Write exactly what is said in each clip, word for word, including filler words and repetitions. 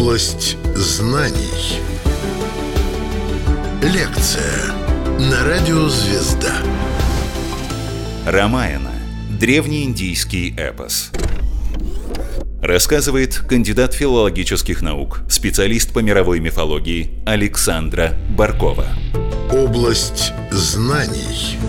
Область знаний. Лекция на радио «Звезда». Рамаяна – древнеиндийский эпос. Рассказывает кандидат филологических наук, специалист по мировой мифологии Александра Баркова. Область знаний.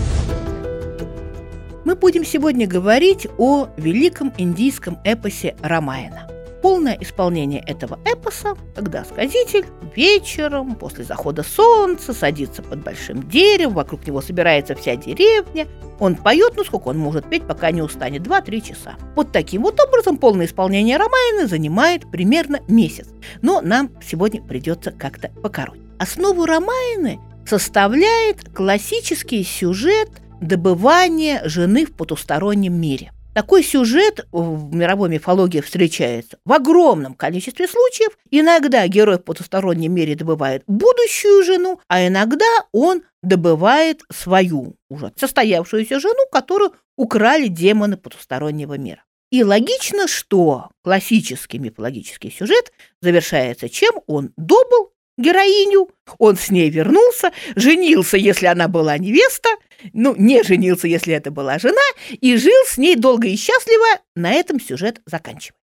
Мы будем сегодня говорить о великом индийском эпосе Рамаяна. Полное исполнение этого эпоса, когда сказитель вечером, после захода солнца, садится под большим деревом, вокруг него собирается вся деревня. Он поет, ну сколько он может петь, пока не устанет, два-три часа. Вот таким вот образом полное исполнение Рамаяна занимает примерно месяц. Но нам сегодня придется как-то покоротать. Основу Рамаяны составляет классический сюжет добывания жены в потустороннем мире. Такой сюжет в мировой мифологии встречается в огромном количестве случаев. Иногда герой в потустороннем мире добывает будущую жену, а иногда он добывает свою, уже состоявшуюся жену, которую украли демоны потустороннего мира. И логично, что классический мифологический сюжет завершается чем? Он добыл героиню, он с ней вернулся, женился, если она была невеста, ну, не женился, если это была жена, и жил с ней долго и счастливо. На этом сюжет заканчивается.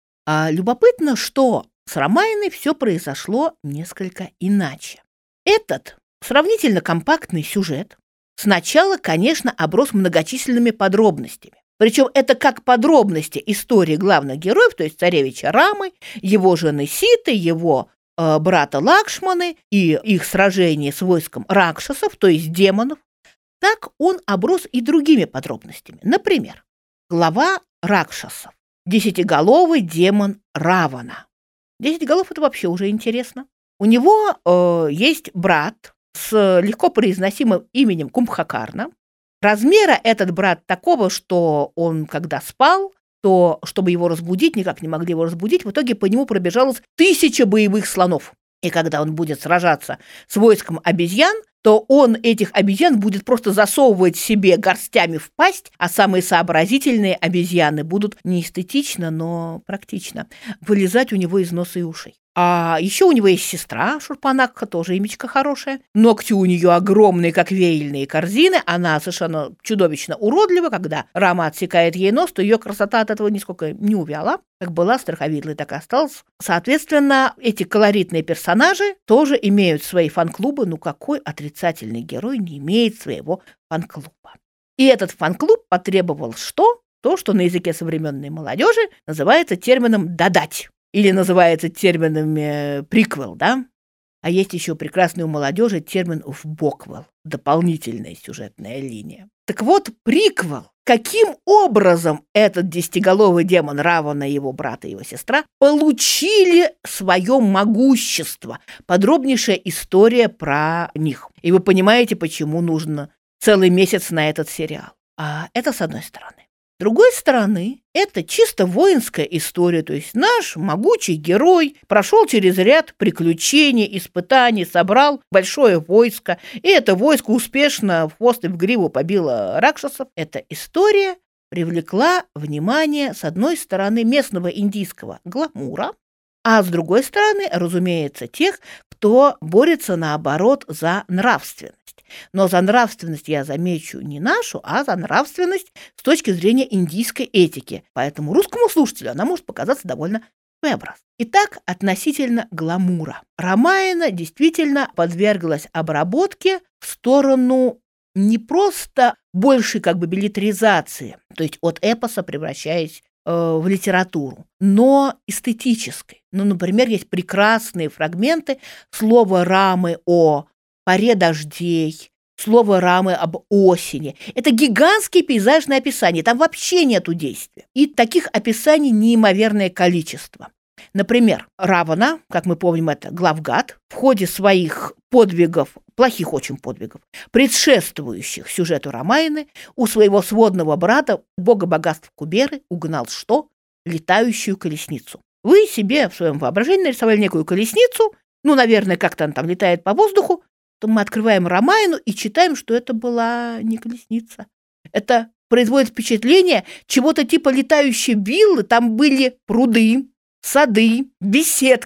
А любопытно, что с Рамаяной все произошло несколько иначе. Этот сравнительно компактный сюжет сначала, конечно, оброс многочисленными подробностями. Причем это как подробности истории главных героев, то есть царевича Рамы, его жены Ситы, его э, брата Лакшманы и их сражение с войском ракшасов, то есть демонов. Так он оброс и другими подробностями. Например, глава ракшасов, десятиголовый демон Равана. Десять голов – это вообще уже интересно. У него э, есть брат с легко произносимым именем Кумбхакарна. Размера этот брат такого, что он, когда спал, то, чтобы его разбудить, никак не могли его разбудить, в итоге по нему пробежалось тысяча боевых слонов. И когда он будет сражаться с войском обезьян, то он этих обезьян будет просто засовывать себе горстями в пасть, а самые сообразительные обезьяны будут не эстетично, но практично вылезать у него из носа и ушей. А еще у него есть сестра Шурпанакха, тоже имечко хорошее. Ногти у нее огромные, как веяльные корзины. Она совершенно чудовищно уродлива. Когда Рама отсекает ей нос, то ее красота от этого нисколько не увяла. Как была страховидлой, так и осталась. Соответственно, эти колоритные персонажи тоже имеют свои фан-клубы. Ну какой отрицательный герой не имеет своего фан-клуба? И этот фан-клуб потребовал что? То, что на языке современной молодежи называется термином «додать». Или называется термином приквел, да? А есть еще прекрасный у молодежи термин вбоквел, дополнительная сюжетная линия. Так вот, приквел. Каким образом этот десятиголовый демон Равана, его брат и его сестра получили свое могущество? Подробнейшая история про них. И вы понимаете, почему нужно целый месяц на этот сериал. А это с одной стороны. С другой стороны, это чисто воинская история, то есть наш могучий герой прошел через ряд приключений, испытаний, собрал большое войско, и это войско успешно в хвост и в гриву побило ракшасов. Эта история привлекла внимание, с одной стороны, местного индийского гламура, а с другой стороны, разумеется, тех, кто борется, наоборот, за нравственность. Но за нравственность я замечу не нашу, а за нравственность с точки зрения индийской этики. Поэтому русскому слушателю она может показаться довольно своеобразной. Итак, относительно гламура. Рамаяна действительно подверглась обработке в сторону не просто большей как бы беллетризации, то есть от эпоса превращаясь э, в литературу, но эстетической. Ну, например, есть прекрасные фрагменты слова Рамы о поре дождей, слово Рамы об осени. Это гигантские пейзажные описания, там вообще нету действия. И таких описаний неимоверное количество. Например, Равана, как мы помним, это главгад, в ходе своих подвигов, плохих очень подвигов, предшествующих сюжету Рамаяны, у своего сводного брата, бога богатств Куберы, угнал что? Летающую колесницу. Вы себе в своем воображении нарисовали некую колесницу, ну, наверное, как-то она там летает по воздуху, то мы открываем Рамаяну и читаем, что это была не колесница. Это производит впечатление чего-то типа летающей виллы. Там были пруды, сады, беседки,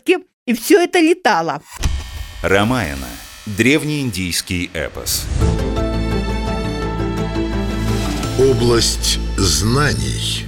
и все это летало. Рамаяна – древнеиндийский эпос. Область знаний.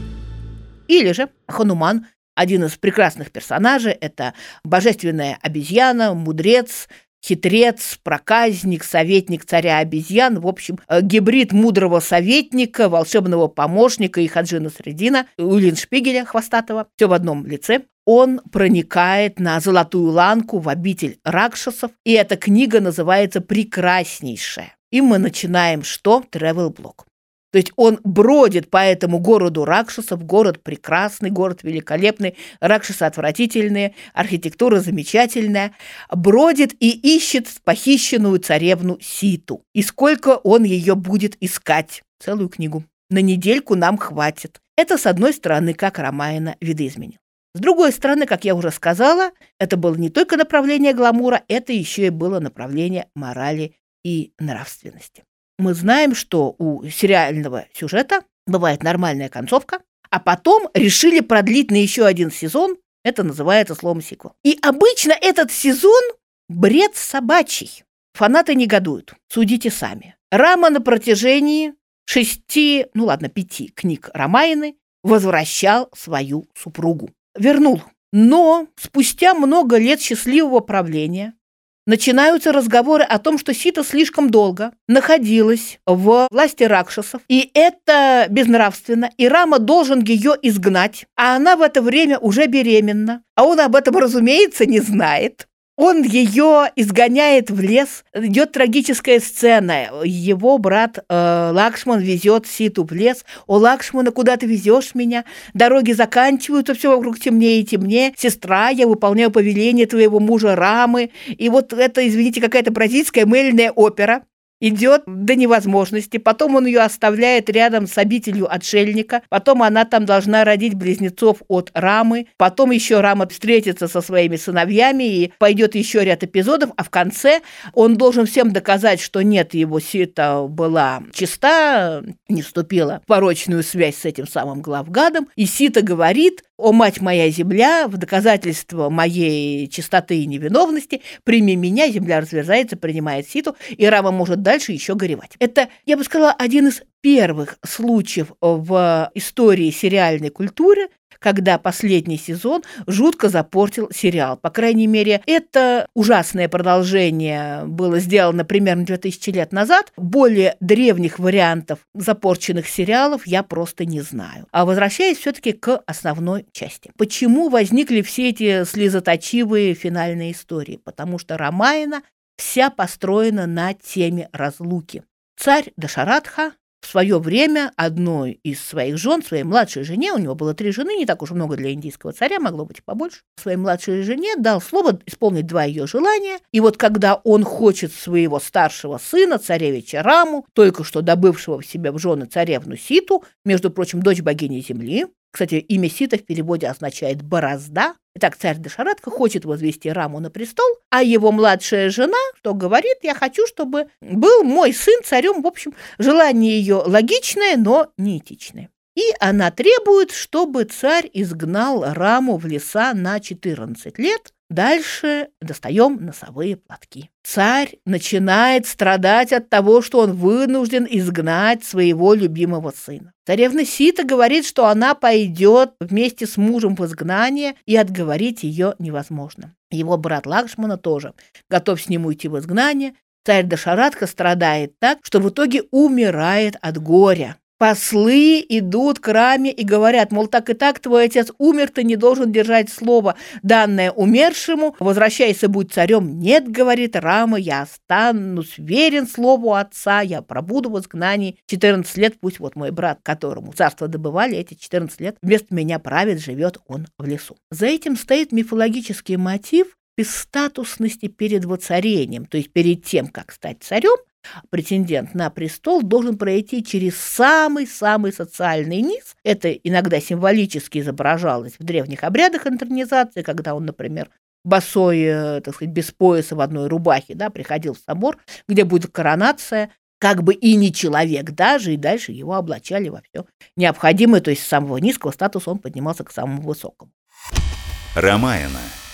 Или же Хануман, один из прекрасных персонажей, это божественная обезьяна, мудрец, хитрец, проказник, советник царя обезьян, в общем, гибрид мудрого советника, волшебного помощника и Хаджина Средина, Улиншпигеля хвостатого, все в одном лице. Он проникает на Золотую Ланку, в обитель ракшасов, и эта книга называется «Прекраснейшая». И мы начинаем что? Тревел-блог. То есть он бродит по этому городу ракшасов, город прекрасный, город великолепный, ракшасы отвратительные, архитектура замечательная, бродит и ищет похищенную царевну Ситу. И сколько он ее будет искать? Целую книгу. На недельку нам хватит. Это, с одной стороны, как Рамаяна видоизменил. С другой стороны, как я уже сказала, это было не только направление гламура, это еще и было направление морали и нравственности. Мы знаем, что у сериального сюжета бывает нормальная концовка, а потом решили продлить на еще один сезон. Это называется словом сиквел. И обычно этот сезон – бред собачий. Фанаты негодуют. Судите сами. Рама на протяжении шести, ну ладно, пяти книг Рамаяны возвращал свою супругу. Вернул. Но спустя много лет счастливого правления начинаются разговоры о том, что Сита слишком долго находилась в власти ракшасов, и это безнравственно, и Рама должен ее изгнать, а она в это время уже беременна, а он об этом, разумеется, не знает. Он ее изгоняет в лес, идет трагическая сцена. Его брат э, Лакшман везет Ситу в лес. «О, Лакшмана, куда ты везешь меня? Дороги заканчиваются, все вокруг темнее и темнее. Сестра, я выполняю повеление твоего мужа Рамы». И вот это, извините, какая-то бразильская мыльная опера. Идет до невозможности, потом он ее оставляет рядом с обителью отшельника, потом она там должна родить близнецов от Рамы, потом еще Рама встретится со своими сыновьями и пойдет еще ряд эпизодов, а в конце он должен всем доказать, что нет, его Сита была чиста, не вступила в порочную связь с этим самым главгадом, и Сита говорит: «О, мать моя земля, в доказательство моей чистоты и невиновности прими меня». Земля разверзается, принимает Ситу, и Рама может дальше еще горевать. Это, я бы сказала, один из первых случаев в истории сериальной культуры, когда последний сезон жутко запортил сериал. По крайней мере, это ужасное продолжение было сделано примерно две тысячи лет назад. Более древних вариантов запорченных сериалов я просто не знаю. А возвращаясь все-таки к основной части. Почему возникли все эти слезоточивые финальные истории? Потому что Рамаяна вся построена на теме разлуки. Царь Дашаратха в свое время одной из своих жен, своей младшей жене, у него было три жены, не так уж много для индийского царя, могло быть и побольше, своей младшей жене дал слово исполнить два ее желания. И вот когда он хочет своего старшего сына, царевича Раму, только что добывшего в себе в жены царевну Ситу, между прочим, дочь богини земли, кстати, имя Сита в переводе означает «борозда». Итак, царь Дашаратха хочет возвести Раму на престол, а его младшая жена, что говорит: «Я хочу, чтобы был мой сын царем». В общем, желание ее логичное, но неэтичное. И она требует, чтобы царь изгнал Раму в леса на четырнадцать лет. Дальше достаем носовые платки. Царь начинает страдать от того, что он вынужден изгнать своего любимого сына. Царевна Сита говорит, что она пойдет вместе с мужем в изгнание, и отговорить ее невозможно. Его брат Лакшмана тоже готов с ним уйти в изгнание. Царь Дашаратха страдает так, что в итоге умирает от горя. Послы идут к Раме и говорят, мол, так и так твой отец умер, ты не должен держать слово, данное умершему, возвращайся, будь царем. Нет, говорит Рама, я останусь верен слову отца, я пробуду в изгнании четырнадцать лет, пусть вот мой брат, которому царство добывали эти четырнадцать лет, вместо меня правит, живет он в лесу. За этим стоит мифологический мотив бесстатусности перед воцарением, то есть перед тем, как стать царем, претендент на престол должен пройти через самый-самый социальный низ. Это иногда символически изображалось в древних обрядах интронизации, когда он, например, босой, так сказать, без пояса в одной рубахе, да, приходил в собор, где будет коронация, как бы и не человек даже, и дальше его облачали во все необходимое, то есть с самого низкого статуса он поднимался к самому высокому. Рамаяна –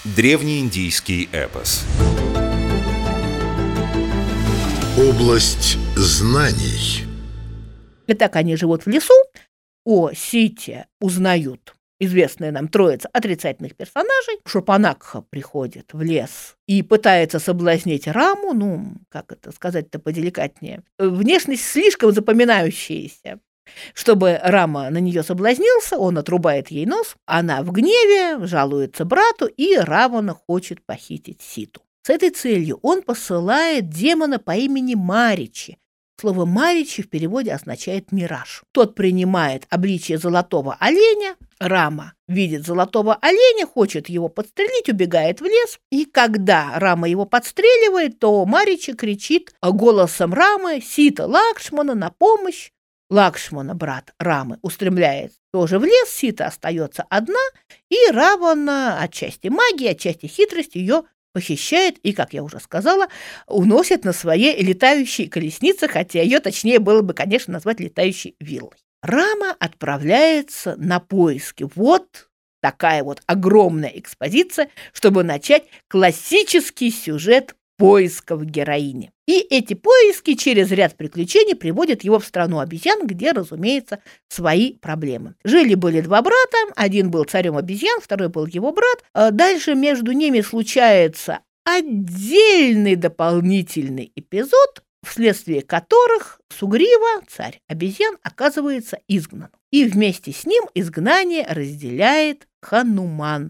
Древнеиндийский эпос. Область знаний. Итак, они живут в лесу. О Сите узнают известная нам троица отрицательных персонажей. Шурпанакха приходит в лес и пытается соблазнить Раму, ну, как это сказать-то поделикатнее, внешность слишком запоминающаяся, чтобы Рама на нее соблазнился. Он отрубает ей нос, она в гневе жалуется брату, и Равана хочет похитить Ситу. С этой целью он посылает демона по имени Маричи. Слово «маричи» в переводе означает «мираж». Тот принимает обличие золотого оленя. Рама видит золотого оленя, хочет его подстрелить, убегает в лес. И когда Рама его подстреливает, то Маричи кричит голосом Рамы: «Сита Лакшмана, на помощь!» Лакшмана, брат Рамы, устремляется тоже в лес. Сита остается одна, и Равана отчасти магии, отчасти хитрости ее похищает и, как я уже сказала, уносит на своей летающей колеснице, хотя ее точнее было бы, конечно, назвать летающей виллой. Рама отправляется на поиски. Вот такая вот огромная экспозиция, чтобы начать классический сюжет поисков героини. И эти поиски через ряд приключений приводят его в страну обезьян, где, разумеется, свои проблемы. Жили-были два брата, один был царем обезьян, второй был его брат. А дальше между ними случается отдельный дополнительный эпизод, вследствие которых Сугрива, царь обезьян, оказывается изгнан. И вместе с ним изгнание разделяет Хануман,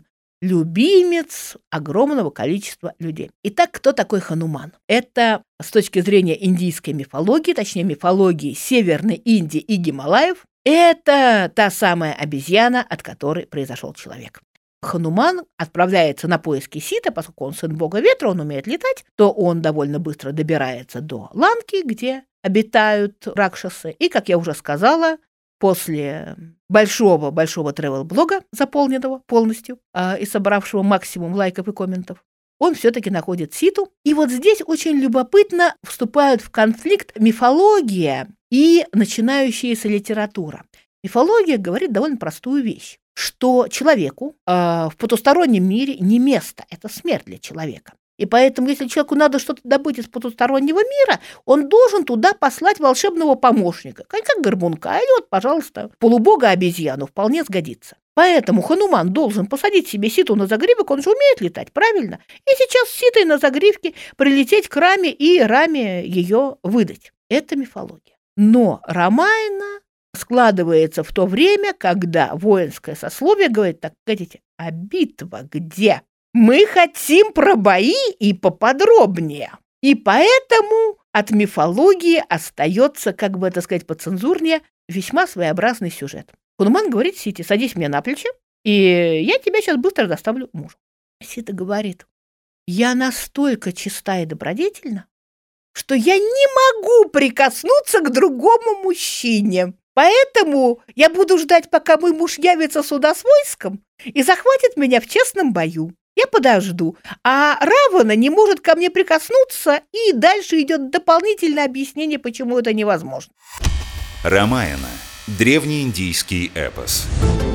любимец огромного количества людей. Итак, кто такой Хануман? Это с точки зрения индийской мифологии, точнее мифологии Северной Индии и Гималаев, это та самая обезьяна, от которой произошел человек. Хануман отправляется на поиски Ситы, поскольку он сын бога ветра, он умеет летать, то он довольно быстро добирается до Ланки, где обитают ракшасы. И, как я уже сказала, после большого-большого тревел-блога, заполненного полностью э, и собравшего максимум лайков и комментов, он все-таки находит Ситу. И вот здесь очень любопытно вступают в конфликт мифология и начинающаяся литература. Мифология говорит довольно простую вещь, что человеку э, в потустороннем мире не место, это смерть для человека. И поэтому, если человеку надо что-то добыть из потустороннего мира, он должен туда послать волшебного помощника, как горбунка, или вот, пожалуйста, полубога-обезьяну, вполне сгодится. Поэтому Хануман должен посадить себе Ситу на загривок, он же умеет летать, правильно? И сейчас с Ситой на загривке прилететь к Раме и Раме ее выдать. Это мифология. Но Рамайна складывается в то время, когда воинское сословие говорит: так, погодите, а битва где? Мы хотим про бои и поподробнее. И поэтому от мифологии остается, как бы это сказать поцензурнее, весьма своеобразный сюжет. Хануман говорит Сите: садись мне на плечи, и я тебя сейчас быстро доставлю мужу. Сита говорит: я настолько чиста и добродетельна, что я не могу прикоснуться к другому мужчине. Поэтому я буду ждать, пока мой муж явится сюда с войском и захватит меня в честном бою. Я подожду, а Равана не может ко мне прикоснуться, и дальше идет дополнительное объяснение, почему это невозможно. Рамаяна. Древнеиндийский эпос.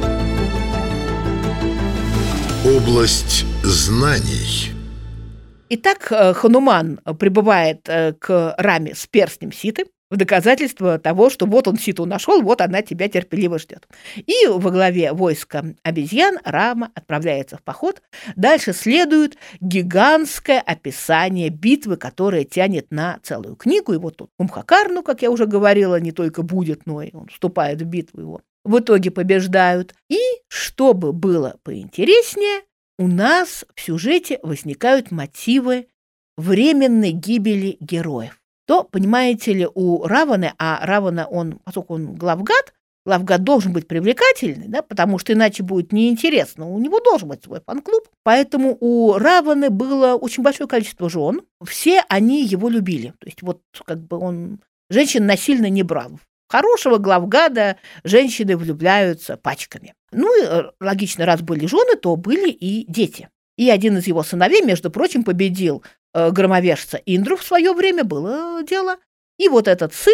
Область знаний. Итак, Хануман прибывает к Раме с перстнем Ситы в доказательство того, что вот он Ситу нашел, вот она тебя терпеливо ждет. И во главе войска обезьян Рама отправляется в поход. Дальше следует гигантское описание битвы, которая тянет на целую книгу. И вот тут Кумбхакарну, как я уже говорила, не только будет, но и он вступает в битву, его в итоге побеждают. И, чтобы было поинтереснее, у нас в сюжете возникают мотивы временной гибели героев. То, понимаете ли, у Раваны, а Равана, он, поскольку он главгад, главгад должен быть привлекательный, да, потому что иначе будет неинтересно, у него должен быть свой фан-клуб. Поэтому у Раваны было очень большое количество жен, все они его любили. То есть вот как бы он женщин насильно не брал. В хорошего главгада женщины влюбляются пачками. Ну и логично, раз были жены, то были и дети. И один из его сыновей, между прочим, победил э, громовержца Индру в свое время, было дело. И вот этот сын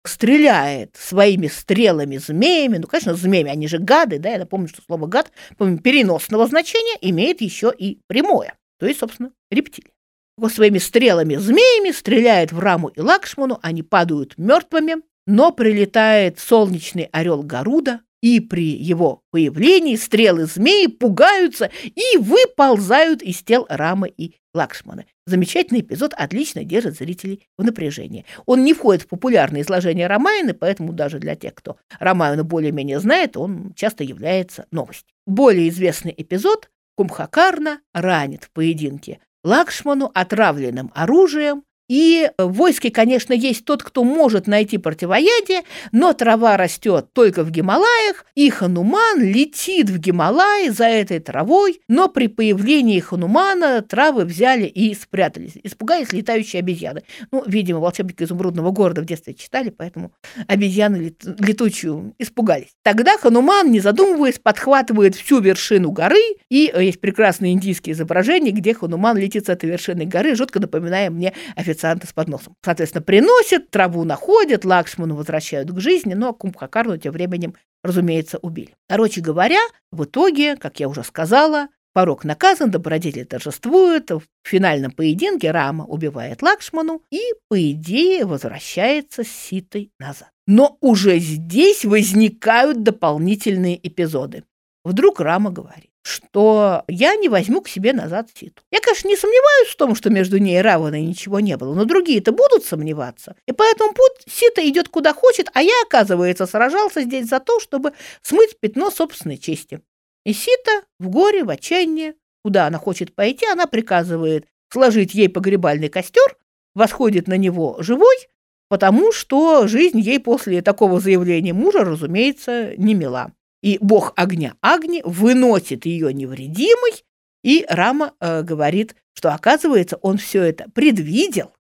стреляет своими стрелами змеями. Ну, конечно, змеями, они же гады, да, я напомню, что слово «гад», помимо переносного значения, имеет еще и прямое, то есть, собственно, рептилия. Вот своими стрелами змеями стреляет в Раму и Лакшману, они падают мертвыми, но прилетает солнечный орел Гаруда, и при его появлении стрелы змеи пугаются и выползают из тел Рамы и Лакшмана. Замечательный эпизод, отлично держит зрителей в напряжении. Он не входит в популярное изложение Рамаяны, поэтому даже для тех, кто Рамаяну более-менее знает, он часто является новостью. Более известный эпизод — Кумбхакарна ранит в поединке Лакшману отравленным оружием. И в войске, конечно, есть тот, кто может найти противоядие, но трава растет только в Гималаях, и Хануман летит в Гималаи за этой травой, но при появлении Ханумана травы взяли и спрятались. Испугались летающие обезьяны. Ну, видимо, «Волшебника изумрудного города» в детстве читали, поэтому обезьяны лет... летучую испугались. Тогда Хануман, не задумываясь, подхватывает всю вершину горы, и есть прекрасные индийские изображения, где Хануман летит с этой вершины горы, жутко напоминая мне официанта с подносом. Соответственно, приносят, траву находят, Лакшману возвращают к жизни, но Кумбхакарну тем временем, разумеется, убили. Короче говоря, в итоге, как я уже сказала, порок наказан, добродетель торжествует, в финальном поединке Рама убивает Лакшману и, по идее, возвращается с Ситой назад. Но уже здесь возникают дополнительные эпизоды. Вдруг Рама говорит, что я не возьму к себе назад Ситу. Я, конечно, не сомневаюсь в том, что между ней и Раваной ничего не было, но другие-то будут сомневаться. И поэтому путь Сита идет куда хочет, а я, оказывается, сражался здесь за то, чтобы смыть пятно собственной чести. И Сита в горе, в отчаянии, куда она хочет пойти, она приказывает сложить ей погребальный костер, восходит на него живой, потому что жизнь ей после такого заявления мужа, разумеется, не мила. И бог огня Агни выносит ее невредимой, и Рама э, говорит, что, оказывается, он все это предвидел,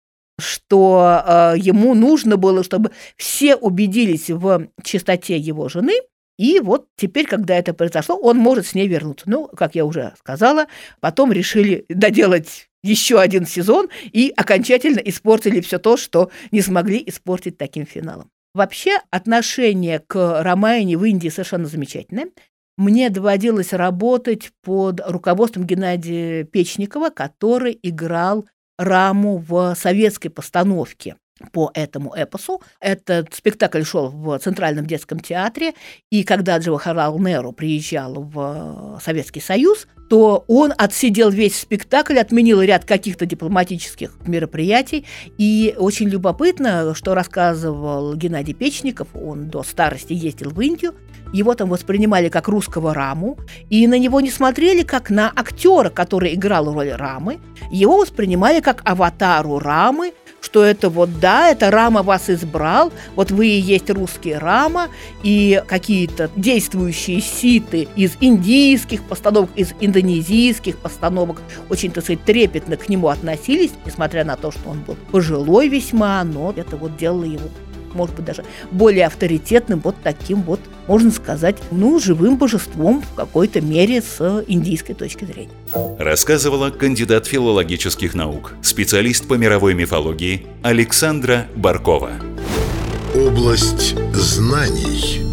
что э, ему нужно было, чтобы все убедились в чистоте его жены, и вот теперь, когда это произошло, он может с ней вернуться. Ну, как я уже сказала, потом решили доделать еще один сезон и окончательно испортили все то, что не смогли испортить таким финалом. Вообще, отношение к Рамаяне в Индии совершенно замечательное. Мне доводилось работать под руководством Геннадия Печникова, который играл Раму в советской постановке по этому эпосу. Этот спектакль шел в Центральном детском театре, и когда Джавахарлал Неру приезжал в Советский Союз, то он отсидел весь спектакль, отменил ряд каких-то дипломатических мероприятий. И очень любопытно, что рассказывал Геннадий Печников, он до старости ездил в Индию, его там воспринимали как русского Раму, и на него не смотрели как на актера, который играл роль Рамы, его воспринимали как аватару Рамы, что это вот да, это Рама вас избрал, вот вы и есть русский Рама, и какие-то действующие ситы из индийских постановок, из индонезийских постановок очень, так сказать, трепетно к нему относились, несмотря на то, что он был пожилой весьма, но это вот делало его, может быть, даже более авторитетным, вот таким вот, можно сказать, ну, живым божеством в какой-то мере с индийской точки зрения. Рассказывала кандидат филологических наук, специалист по мировой мифологии Александра Баркова. Область знаний.